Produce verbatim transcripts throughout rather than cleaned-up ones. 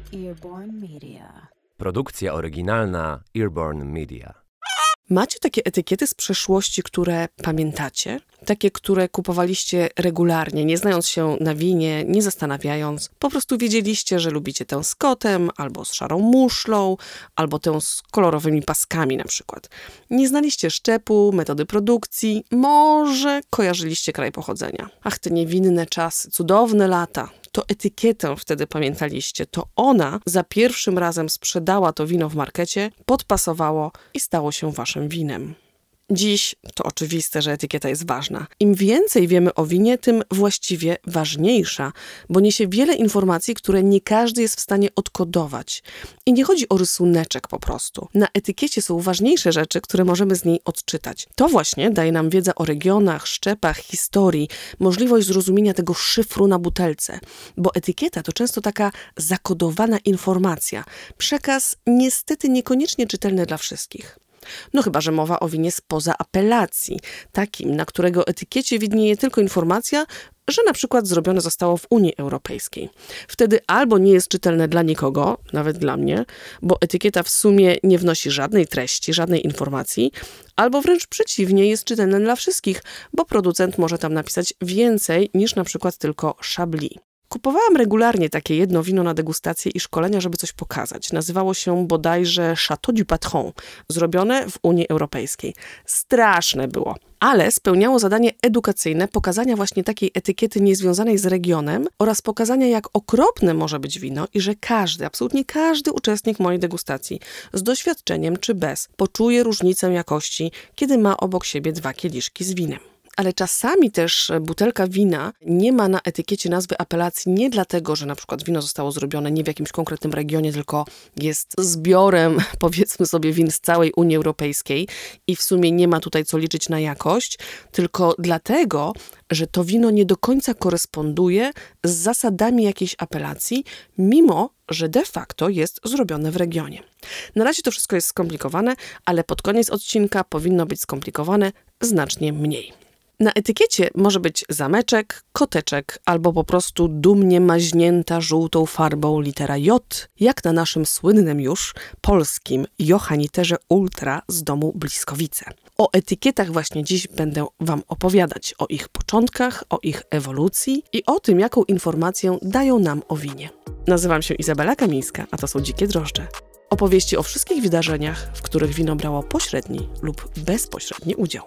Earborn Media. Produkcja oryginalna Earborn Media. Macie takie etykiety z przeszłości, które pamiętacie? Takie, które kupowaliście regularnie, nie znając się na winie, nie zastanawiając. Po prostu wiedzieliście, że lubicie tę z kotem, albo z szarą muszlą, albo tę z kolorowymi paskami na przykład. Nie znaliście szczepu, metody produkcji, może kojarzyliście kraj pochodzenia. Ach, te niewinne czasy, cudowne lata. To etykietę wtedy pamiętaliście, to ona za pierwszym razem sprzedała to wino w markecie, podpasowało i stało się waszym winem. Dziś to oczywiste, że etykieta jest ważna. Im więcej wiemy o winie, tym właściwie ważniejsza, bo niesie wiele informacji, które nie każdy jest w stanie odkodować. I nie chodzi o rysuneczek po prostu. Na etykiecie są ważniejsze rzeczy, które możemy z niej odczytać. To właśnie daje nam wiedza o regionach, szczepach, historii, możliwość zrozumienia tego szyfru na butelce. Bo etykieta to często taka zakodowana informacja. Przekaz niestety niekoniecznie czytelny dla wszystkich. No chyba, że mowa o winie spoza apelacji, takim, na którego etykiecie widnieje tylko informacja, że na przykład zrobione zostało w Unii Europejskiej. Wtedy albo nie jest czytelne dla nikogo, nawet dla mnie, bo etykieta w sumie nie wnosi żadnej treści, żadnej informacji, albo wręcz przeciwnie, jest czytelne dla wszystkich, bo producent może tam napisać więcej niż na przykład tylko Chablis. Kupowałam regularnie takie jedno wino na degustację i szkolenia, żeby coś pokazać. Nazywało się bodajże Château du Patron, zrobione w Unii Europejskiej. Straszne było, ale spełniało zadanie edukacyjne pokazania właśnie takiej etykiety niezwiązanej z regionem oraz pokazania, jak okropne może być wino i że każdy, absolutnie każdy uczestnik mojej degustacji, z doświadczeniem czy bez, poczuje różnicę jakości, kiedy ma obok siebie dwa kieliszki z winem. Ale czasami też butelka wina nie ma na etykiecie nazwy apelacji nie dlatego, że na przykład wino zostało zrobione nie w jakimś konkretnym regionie, tylko jest zbiorem, powiedzmy sobie, win z całej Unii Europejskiej i w sumie nie ma tutaj co liczyć na jakość, tylko dlatego, że to wino nie do końca koresponduje z zasadami jakiejś apelacji, mimo że de facto jest zrobione w regionie. Na razie to wszystko jest skomplikowane, ale pod koniec odcinka powinno być skomplikowane znacznie mniej. Na etykiecie może być zameczek, koteczek albo po prostu dumnie maźnięta żółtą farbą litera J, jak na naszym słynnym już polskim Johanniterze Ultra z domu Bliskowice. O etykietach właśnie dziś będę wam opowiadać, o ich początkach, o ich ewolucji i o tym, jaką informację dają nam o winie. Nazywam się Izabela Kamińska, a to są Dzikie Drożdże. Opowieści o wszystkich wydarzeniach, w których wino brało pośredni lub bezpośredni udział.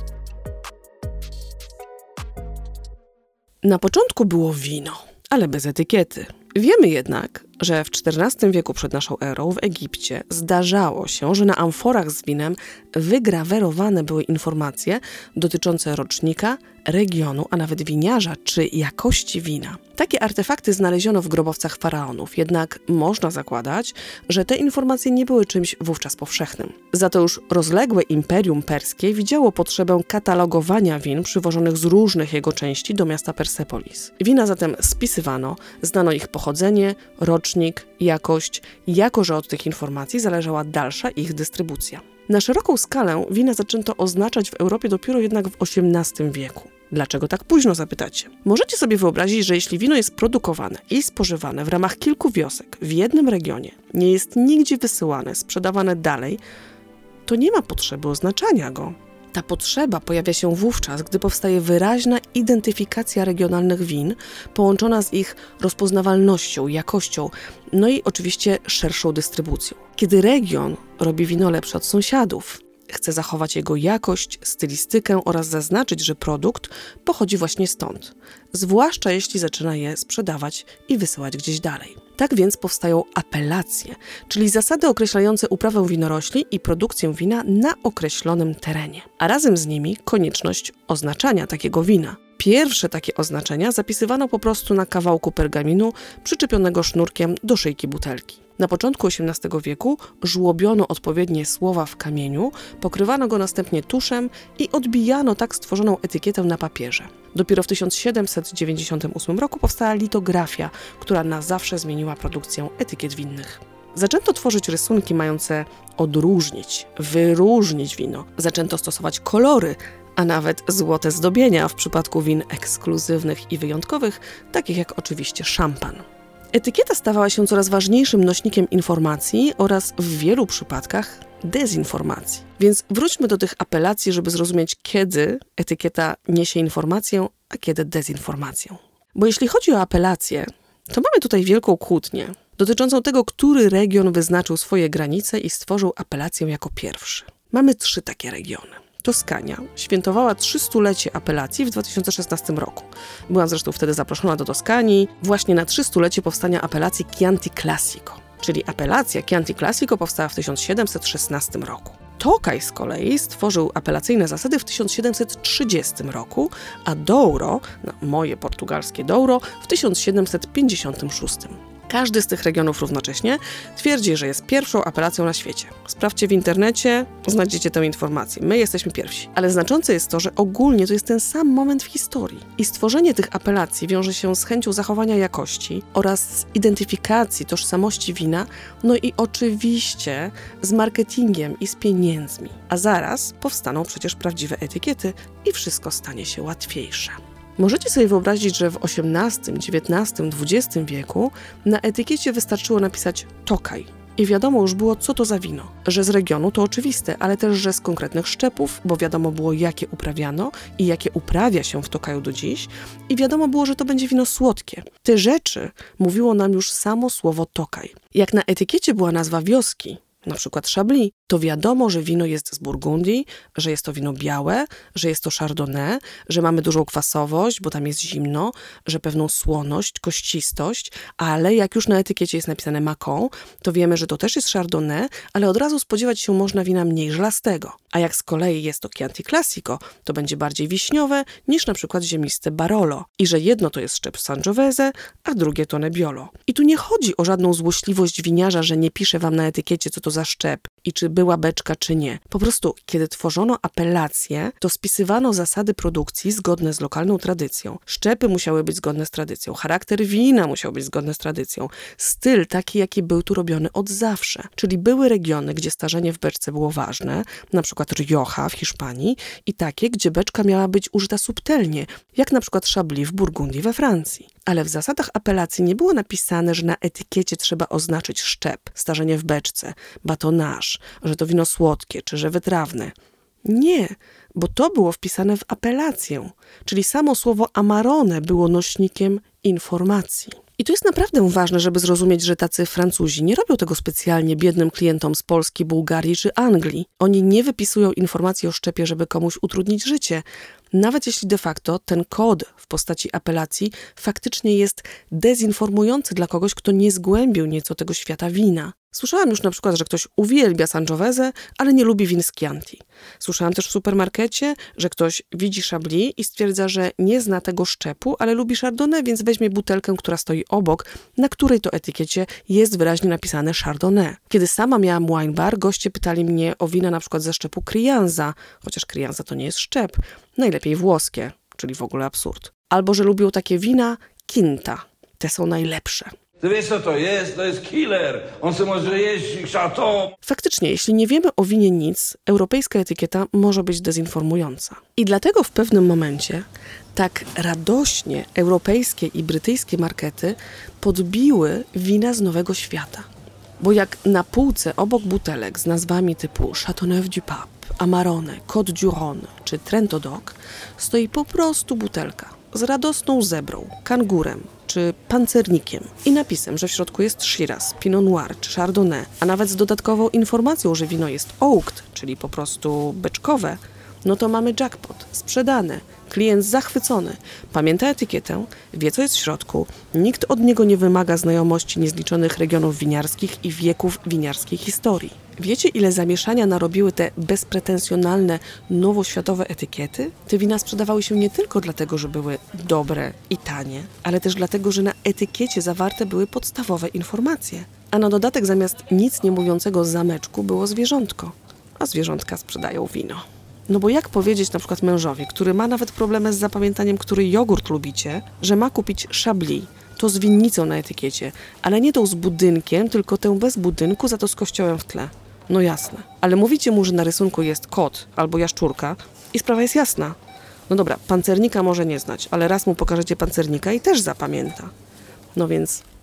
Na początku było wino, ale bez etykiety. Wiemy jednak, że w czternastym wieku przed naszą erą w Egipcie zdarzało się, że na amforach z winem wygrawerowane były informacje dotyczące rocznika, regionu, a nawet winiarza czy jakości wina. Takie artefakty znaleziono w grobowcach faraonów, jednak można zakładać, że te informacje nie były czymś wówczas powszechnym. Za to już rozległe Imperium Perskie widziało potrzebę katalogowania win przywożonych z różnych jego części do miasta Persepolis. Wina zatem spisywano, znano ich pochodzenie, rocznik, jakość, jako że od tych informacji zależała dalsza ich dystrybucja. Na szeroką skalę wina zaczęto oznaczać w Europie dopiero jednak w osiemnastym wieku. Dlaczego tak późno, zapytacie? Możecie sobie wyobrazić, że jeśli wino jest produkowane i spożywane w ramach kilku wiosek w jednym regionie, nie jest nigdzie wysyłane, sprzedawane dalej, to nie ma potrzeby oznaczania go. Ta potrzeba pojawia się wówczas, gdy powstaje wyraźna identyfikacja regionalnych win, połączona z ich rozpoznawalnością, jakością, no i oczywiście szerszą dystrybucją. Kiedy region robi wino lepsze od sąsiadów, chce zachować jego jakość, stylistykę oraz zaznaczyć, że produkt pochodzi właśnie stąd, zwłaszcza jeśli zaczyna je sprzedawać i wysyłać gdzieś dalej. Tak więc powstają apelacje, czyli zasady określające uprawę winorośli i produkcję wina na określonym terenie, a razem z nimi konieczność oznaczania takiego wina. Pierwsze takie oznaczenia zapisywano po prostu na kawałku pergaminu przyczepionego sznurkiem do szyjki butelki. Na początku osiemnastego wieku żłobiono odpowiednie słowa w kamieniu, pokrywano go następnie tuszem i odbijano tak stworzoną etykietę na papierze. Dopiero w tysiąc siedemset dziewięćdziesiątym ósmym roku powstała litografia, która na zawsze zmieniła produkcję etykiet winnych. Zaczęto tworzyć rysunki mające odróżnić, wyróżnić wino. Zaczęto stosować kolory, a nawet złote zdobienia w przypadku win ekskluzywnych i wyjątkowych, takich jak oczywiście szampan. Etykieta stawała się coraz ważniejszym nośnikiem informacji oraz w wielu przypadkach dezinformacji. Więc wróćmy do tych apelacji, żeby zrozumieć, kiedy etykieta niesie informację, a kiedy dezinformację. Bo jeśli chodzi o apelacje, to mamy tutaj wielką kłótnię dotyczącą tego, który region wyznaczył swoje granice i stworzył apelację jako pierwszy. Mamy trzy takie regiony. Toskania świętowała trzystulecie apelacji w dwa tysiące szesnastym roku. Byłam zresztą wtedy zaproszona do Toskanii właśnie na trzystulecie powstania apelacji Chianti Classico. Czyli apelacja Chianti Classico powstała w tysiąc siedemset szesnastym roku. Tokaj z kolei stworzył apelacyjne zasady w tysiąc siedemset trzydziestym roku, a Douro, no, moje portugalskie Douro, w tysiąc siedemset pięćdziesiątym szóstym. Każdy z tych regionów równocześnie twierdzi, że jest pierwszą apelacją na świecie. Sprawdźcie w internecie, znajdziecie tę informację. My jesteśmy pierwsi. Ale znaczące jest to, że ogólnie to jest ten sam moment w historii. I stworzenie tych apelacji wiąże się z chęcią zachowania jakości oraz z identyfikacji tożsamości wina, no i oczywiście z marketingiem i z pieniędzmi. A zaraz powstaną przecież prawdziwe etykiety i wszystko stanie się łatwiejsze. Możecie sobie wyobrazić, że w osiemnastym, dziewiętnastym, dwudziestym wieku na etykiecie wystarczyło napisać Tokaj. I wiadomo już było, co to za wino. Że z regionu to oczywiste, ale też, że z konkretnych szczepów, bo wiadomo było, jakie uprawiano i jakie uprawia się w Tokaju do dziś. I wiadomo było, że to będzie wino słodkie. Te rzeczy mówiło nam już samo słowo Tokaj. Jak na etykiecie była nazwa wioski, na przykład Chablis, to wiadomo, że wino jest z Burgundii, że jest to wino białe, że jest to Chardonnay, że mamy dużą kwasowość, bo tam jest zimno, że pewną słoność, kościstość, ale jak już na etykiecie jest napisane Macon, to wiemy, że to też jest Chardonnay, ale od razu spodziewać się można wina mniej żelastego. A jak z kolei jest to Chianti Classico, to będzie bardziej wiśniowe niż na przykład ziemiste Barolo. I że jedno to jest szczep Sangiovese, a drugie to Nebbiolo. I tu nie chodzi o żadną złośliwość winiarza, że nie pisze wam na etykiecie, co to za szczep i czy była beczka, czy nie. Po prostu, kiedy tworzono apelacje, to spisywano zasady produkcji zgodne z lokalną tradycją. Szczepy musiały być zgodne z tradycją, charakter wina musiał być zgodny z tradycją, styl taki, jaki był tu robiony od zawsze. Czyli były regiony, gdzie starzenie w beczce było ważne, na przykład Rioja w Hiszpanii i takie, gdzie beczka miała być użyta subtelnie, jak na przykład Chablis w Burgundii we Francji. Ale w zasadach apelacji nie było napisane, że na etykiecie trzeba oznaczyć szczep, starzenie w beczce, batonaż, że to wino słodkie, czy że wytrawne. Nie, bo to było wpisane w apelację, czyli samo słowo Amarone było nośnikiem informacji. I to jest naprawdę ważne, żeby zrozumieć, że tacy Francuzi nie robią tego specjalnie biednym klientom z Polski, Bułgarii czy Anglii. Oni nie wypisują informacji o szczepie, żeby komuś utrudnić życie. Nawet jeśli de facto ten kod w postaci apelacji faktycznie jest dezinformujący dla kogoś, kto nie zgłębił nieco tego świata wina. Słyszałam już na przykład, że ktoś uwielbia Sangiovese, ale nie lubi win z Chianti. Słyszałam też w supermarkecie, że ktoś widzi Chablis i stwierdza, że nie zna tego szczepu, ale lubi Chardonnay, więc weźmie butelkę, która stoi obok, na której to etykiecie jest wyraźnie napisane Chardonnay. Kiedy sama miałam wine bar, goście pytali mnie o wina na przykład ze szczepu Crianza, chociaż Crianza to nie jest szczep, najlepiej włoskie, czyli w ogóle absurd. Albo że lubią takie wina Quinta. Te są najlepsze. Ty wiesz, co to jest? To jest killer. On sobie może jeść Chateau. Faktycznie, jeśli nie wiemy o winie nic, europejska etykieta może być dezinformująca. I dlatego w pewnym momencie tak radośnie europejskie i brytyjskie markety podbiły wina z Nowego Świata. Bo jak na półce obok butelek z nazwami typu Châteauneuf-du-Pape, Amarone, Côte du Rhône czy Trento Doc stoi po prostu butelka z radosną zebrą, kangurem czy pancernikiem i napisem, że w środku jest Shiraz, Pinot Noir czy Chardonnay, a nawet z dodatkową informacją, że wino jest oaked, czyli po prostu beczkowe, no to mamy jackpot, sprzedane, klient zachwycony, pamięta etykietę, wie co jest w środku, nikt od niego nie wymaga znajomości niezliczonych regionów winiarskich i wieków winiarskiej historii. Wiecie, ile zamieszania narobiły te bezpretensjonalne, nowoświatowe etykiety? Te wina sprzedawały się nie tylko dlatego, że były dobre i tanie, ale też dlatego, że na etykiecie zawarte były podstawowe informacje. A na dodatek zamiast nic nie mówiącego zameczku było zwierzątko. A zwierzątka sprzedają wino. No bo jak powiedzieć na przykład mężowi, który ma nawet problemy z zapamiętaniem, który jogurt lubicie, że ma kupić Chablis, to z winnicą na etykiecie, ale nie tą z budynkiem, tylko tę bez budynku, za to z kościołem w tle. No jasne. Ale mówicie mu, że na rysunku jest kot albo jaszczurka i sprawa jest jasna. No dobra, pancernika może nie znać, ale raz mu pokażecie pancernika i też zapamięta. No więc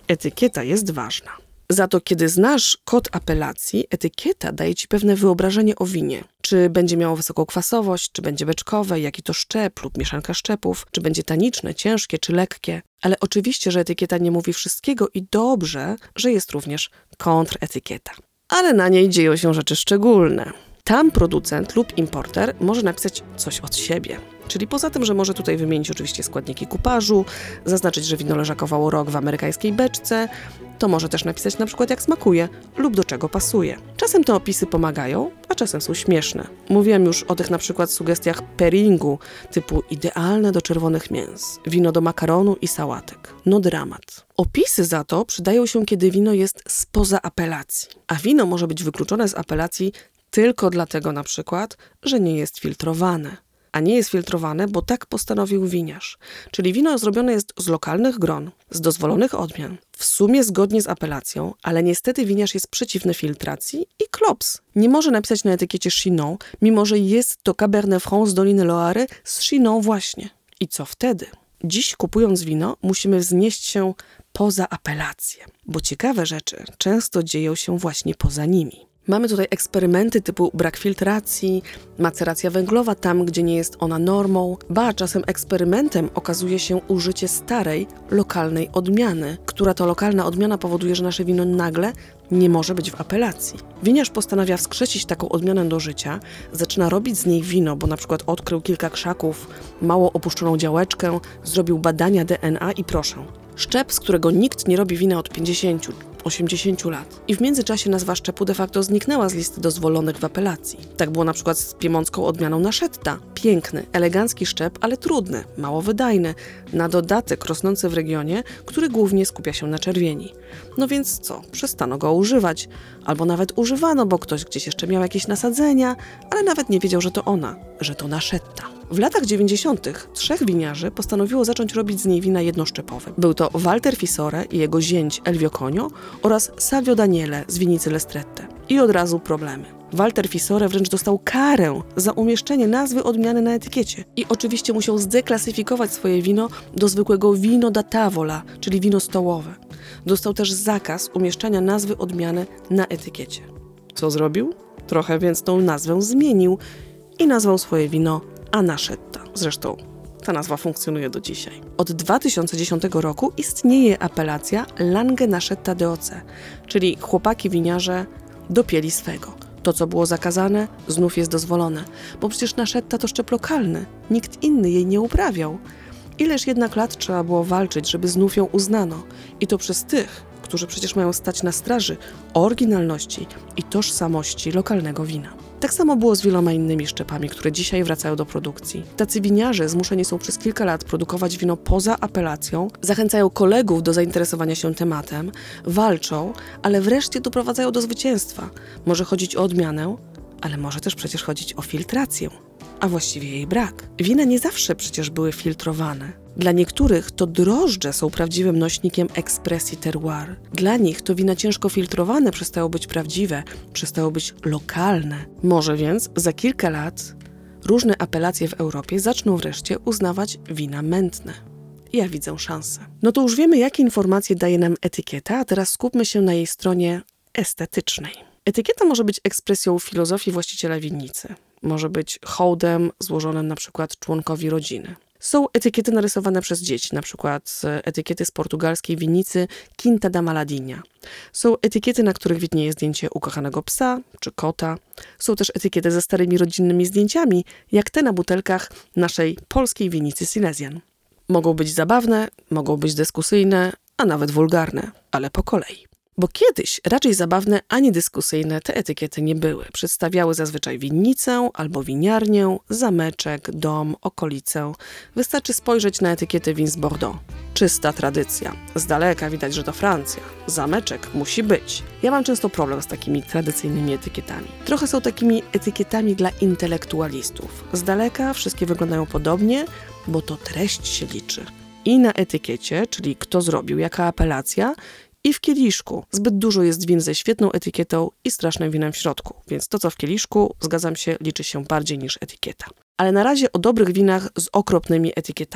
Etykieta jest ważna. Za to, kiedy znasz kod apelacji, etykieta daje ci pewne wyobrażenie o winie. Czy będzie miało wysoką kwasowość, czy będzie beczkowe, jaki to szczep lub mieszanka szczepów, czy będzie taniczne, ciężkie, czy lekkie. Ale oczywiście, że etykieta nie mówi wszystkiego i dobrze, że jest również kontretykieta. Ale na niej dzieją się rzeczy szczególne. Tam producent lub importer może napisać coś od siebie. Czyli poza tym, że może tutaj wymienić oczywiście składniki kupażu, zaznaczyć, że wino leżakowało rok w amerykańskiej beczce, to może też napisać na przykład jak smakuje lub do czego pasuje. Czasem te opisy pomagają, a czasem są śmieszne. Mówiłam już o tych na przykład sugestiach pairingu typu idealne do czerwonych mięs, wino do makaronu i sałatek. No dramat. Opisy za to przydają się, kiedy wino jest spoza apelacji, a wino może być wykluczone z apelacji tylko dlatego na przykład, że nie jest filtrowane. A nie jest filtrowane, bo tak postanowił winiarz. Czyli wino zrobione jest z lokalnych gron, z dozwolonych odmian, w sumie zgodnie z apelacją, ale niestety winiarz jest przeciwny filtracji i klops. Nie może napisać na etykiecie Chinon, mimo że jest to Cabernet Franc z Doliny Loary z Chinon właśnie. I co wtedy? Dziś kupując wino musimy wznieść się poza apelację, bo ciekawe rzeczy często dzieją się właśnie poza nimi. Mamy tutaj eksperymenty typu brak filtracji, maceracja węglowa tam, gdzie nie jest ona normą, ba, czasem eksperymentem okazuje się użycie starej, lokalnej odmiany, która to lokalna odmiana powoduje, że nasze wino nagle nie może być w apelacji. Winiarz postanawia wskrzesić taką odmianę do życia, zaczyna robić z niej wino, bo na przykład odkrył kilka krzaków, mało opuszczoną działeczkę, zrobił badania D N A i proszę. Szczep, z którego nikt nie robi wina od pięćdziesięciu osiemdziesięciu lat. I w międzyczasie nazwa szczepu de facto zniknęła z listy dozwolonych w apelacji. Tak było na przykład z piemoncką odmianą Naszetta. Piękny, elegancki szczep, ale trudny, mało wydajny, na dodatek rosnący w regionie, który głównie skupia się na czerwieni. No więc co? Przestano go używać. Albo nawet używano, bo ktoś gdzieś jeszcze miał jakieś nasadzenia, ale nawet nie wiedział, że to ona, że to Naszetta. W latach dziewięćdziesiątych trzech winiarzy postanowiło zacząć robić z niej wina jednoszczepowe. Był to Walter Fisore i jego zięć Elvio Conio oraz Savio Daniele z winicy Lestrette. I od razu problemy. Walter Fisore wręcz dostał karę za umieszczenie nazwy odmiany na etykiecie. I oczywiście musiał zdeklasyfikować swoje wino do zwykłego vino da tavola, czyli wino stołowe. Dostał też zakaz umieszczania nazwy odmiany na etykiecie. Co zrobił? Trochę więc tą nazwę zmienił i nazwał swoje wino Anaszetta. Zresztą ta nazwa funkcjonuje do dzisiaj. Od dwa tysiące dziesiątego roku istnieje apelacja Lange Naszetta D O C, czyli chłopaki winiarze dopieli swego. To, co było zakazane, znów jest dozwolone, bo przecież Naszetta to szczep lokalny. Nikt inny jej nie uprawiał. Ileż jednak lat trzeba było walczyć, żeby znów ją uznano. I to przez tych, którzy przecież mają stać na straży oryginalności i tożsamości lokalnego wina. Tak samo było z wieloma innymi szczepami, które dzisiaj wracają do produkcji. Tacy winiarze zmuszeni są przez kilka lat produkować wino poza apelacją, zachęcają kolegów do zainteresowania się tematem, walczą, ale wreszcie doprowadzają do zwycięstwa. Może chodzić o odmianę, ale może też przecież chodzić o filtrację, a właściwie jej brak. Wina nie zawsze przecież były filtrowane. Dla niektórych to drożdże są prawdziwym nośnikiem ekspresji terroir. Dla nich to wina ciężko filtrowane przestało być prawdziwe, przestało być lokalne. Może więc za kilka lat różne apelacje w Europie zaczną wreszcie uznawać wina mętne. Ja widzę szansę. No to już wiemy, jakie informacje daje nam etykieta, a teraz skupmy się na jej stronie estetycznej. Etykieta może być ekspresją filozofii właściciela winnicy. Może być hołdem złożonym na przykład członkowi rodziny. Są etykiety narysowane przez dzieci, na przykład etykiety z portugalskiej winnicy Quinta da Maladinha. Są etykiety, na których widnieje zdjęcie ukochanego psa czy kota. Są też etykiety ze starymi rodzinnymi zdjęciami, jak te na butelkach naszej polskiej winnicy Silesian. Mogą być zabawne, mogą być dyskusyjne, a nawet wulgarne, ale po kolei. Bo kiedyś raczej zabawne ani dyskusyjne te etykiety nie były. Przedstawiały zazwyczaj winnicę albo winiarnię, zameczek, dom, okolicę. Wystarczy spojrzeć na etykiety win z Bordeaux. Czysta tradycja. Z daleka widać, że to Francja. Zameczek musi być. Ja mam często problem z takimi tradycyjnymi etykietami. Trochę są takimi etykietami dla intelektualistów. Z daleka wszystkie wyglądają podobnie, bo to treść się liczy. I na etykiecie, czyli kto zrobił, jaka apelacja, i w kieliszku. Zbyt dużo jest win ze świetną etykietą i strasznym winem w środku, więc to, co w kieliszku, zgadzam się, liczy się bardziej niż etykieta. Ale na razie o dobrych winach z okropnymi etykietami.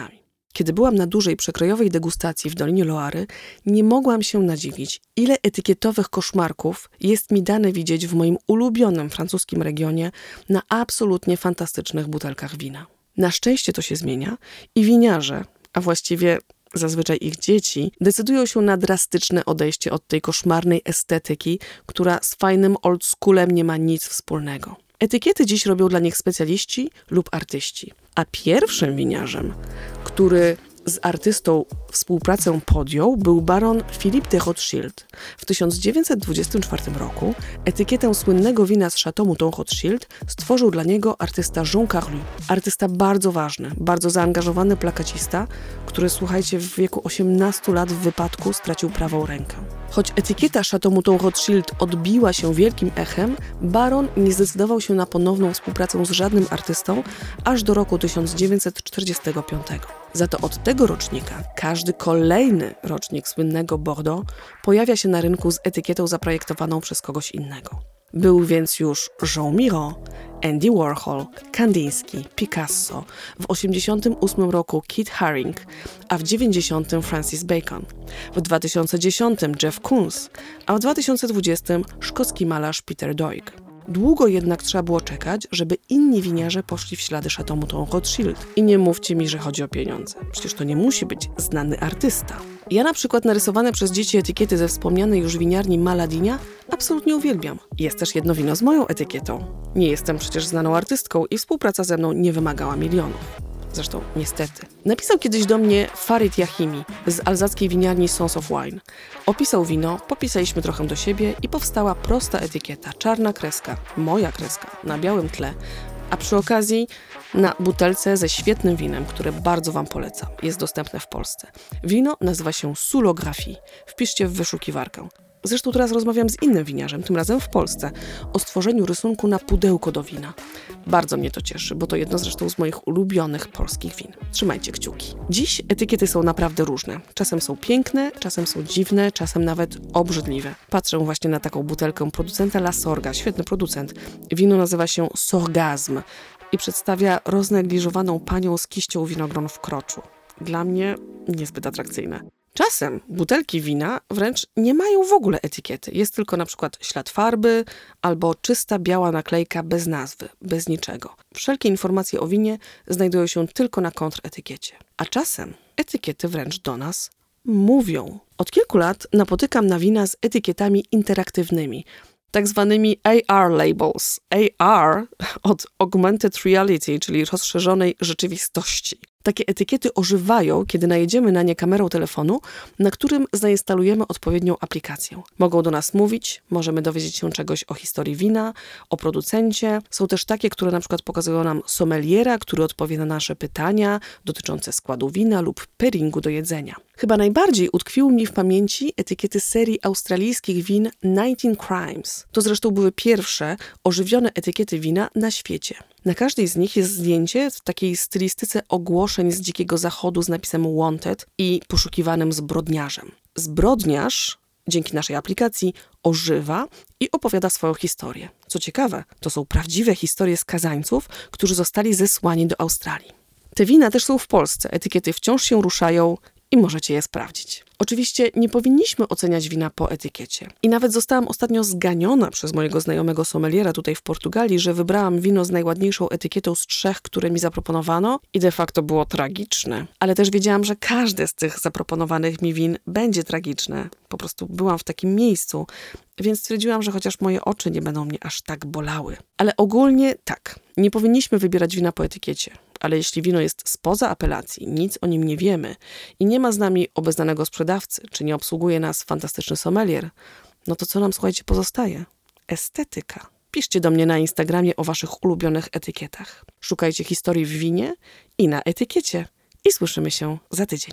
Kiedy byłam na dużej przekrojowej degustacji w Dolinie Loary, nie mogłam się nadziwić, ile etykietowych koszmarków jest mi dane widzieć w moim ulubionym francuskim regionie na absolutnie fantastycznych butelkach wina. Na szczęście to się zmienia i winiarze, a właściwie zazwyczaj ich dzieci, decydują się na drastyczne odejście od tej koszmarnej estetyki, która z fajnym old schoolem nie ma nic wspólnego. Etykiety dziś robią dla nich specjaliści lub artyści. A pierwszym winiarzem, który z artystą współpracę podjął, był baron Philippe de Rothschild. W tysiąc dziewięćset dwudziestym czwartym roku etykietę słynnego wina z Château Mouton Rothschild stworzył dla niego artysta Jean Carlu. Artysta bardzo ważny, bardzo zaangażowany plakacista, który, słuchajcie, w wieku osiemnastu lat w wypadku stracił prawą rękę. Choć etykieta Château Mouton Rothschild odbiła się wielkim echem, baron nie zdecydował się na ponowną współpracę z żadnym artystą aż do roku tysiąc dziewięćset czterdziestego piątego. Za to od tego rocznika każdy kolejny rocznik słynnego Bordeaux pojawia się na rynku z etykietą zaprojektowaną przez kogoś innego. Był więc już Jean Miro, Andy Warhol, Kandinsky, Picasso, w osiemdziesiątym ósmym roku Kit Haring, a w dziewięćdziesiątym Francis Bacon, w dwa tysiące dziesiątym Jeff Koons, a w dwa tysiące dwudziestym szkocki malarz Peter Doig. Długo jednak trzeba było czekać, żeby inni winiarze poszli w ślady Château Mouton Rothschild. I nie mówcie mi, że chodzi o pieniądze. Przecież to nie musi być znany artysta. Ja na przykład narysowane przez dzieci etykiety ze wspomnianej już winiarni Maladinia absolutnie uwielbiam. Jest też jedno wino z moją etykietą. Nie jestem przecież znaną artystką i współpraca ze mną nie wymagała milionów. Zresztą niestety. Napisał kiedyś do mnie Farid Yahimi z alzackiej winiarni Sons of Wine. Opisał wino, popisaliśmy trochę do siebie i powstała prosta etykieta, czarna kreska, moja kreska, na białym tle, a przy okazji na butelce ze świetnym winem, które bardzo Wam polecam. Jest dostępne w Polsce. Wino nazywa się Sulografii. Wpiszcie w wyszukiwarkę. Zresztą teraz rozmawiam z innym winiarzem, tym razem w Polsce, o stworzeniu rysunku na pudełko do wina. Bardzo mnie to cieszy, bo to jedno zresztą z moich ulubionych polskich win. Trzymajcie kciuki. Dziś etykiety są naprawdę różne. Czasem są piękne, czasem są dziwne, czasem nawet obrzydliwe. Patrzę właśnie na taką butelkę producenta La Sorga, świetny producent. Wino nazywa się Sorgasm i przedstawia roznegliżowaną panią z kiścią winogron w kroczu. Dla mnie niezbyt atrakcyjne. Czasem butelki wina wręcz nie mają w ogóle etykiety. Jest tylko na przykład ślad farby albo czysta biała naklejka bez nazwy, bez niczego. Wszelkie informacje o winie znajdują się tylko na kontretykiecie. A czasem etykiety wręcz do nas mówią. Od kilku lat napotykam na wina z etykietami interaktywnymi, tak zwanymi A R labels. A R od Augmented Reality, czyli rozszerzonej rzeczywistości. Takie etykiety ożywają, kiedy najedziemy na nie kamerą telefonu, na którym zainstalujemy odpowiednią aplikację. Mogą do nas mówić, możemy dowiedzieć się czegoś o historii wina, o producencie. Są też takie, które na przykład pokazują nam sommeliera, który odpowie na nasze pytania dotyczące składu wina lub pairingu do jedzenia. Chyba najbardziej utkwiły mi w pamięci etykiety serii australijskich win nineteen Crimes. To zresztą były pierwsze ożywione etykiety wina na świecie. Na każdej z nich jest zdjęcie w takiej stylistyce ogłoszeń z Dzikiego Zachodu z napisem Wanted i poszukiwanym zbrodniarzem. Zbrodniarz, dzięki naszej aplikacji, ożywa i opowiada swoją historię. Co ciekawe, to są prawdziwe historie skazańców, którzy zostali zesłani do Australii. Te wina też są w Polsce. Etykiety wciąż się ruszają i możecie je sprawdzić. Oczywiście nie powinniśmy oceniać wina po etykiecie. I nawet zostałam ostatnio zganiona przez mojego znajomego sommeliera tutaj w Portugalii, że wybrałam wino z najładniejszą etykietą z trzech, które mi zaproponowano i de facto było tragiczne. Ale też wiedziałam, że każde z tych zaproponowanych mi win będzie tragiczne. Po prostu byłam w takim miejscu, więc stwierdziłam, że chociaż moje oczy nie będą mnie aż tak bolały. Ale ogólnie tak, nie powinniśmy wybierać wina po etykiecie. Ale jeśli wino jest spoza apelacji, nic o nim nie wiemy i nie ma z nami obeznanego sprzedawcy, czy nie obsługuje nas fantastyczny sommelier, no to co nam, słuchajcie, pozostaje? Estetyka. Piszcie do mnie na Instagramie o waszych ulubionych etykietach. Szukajcie historii w winie i na etykiecie. I słyszymy się za tydzień.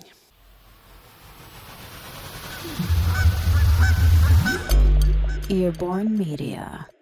Earborn Media.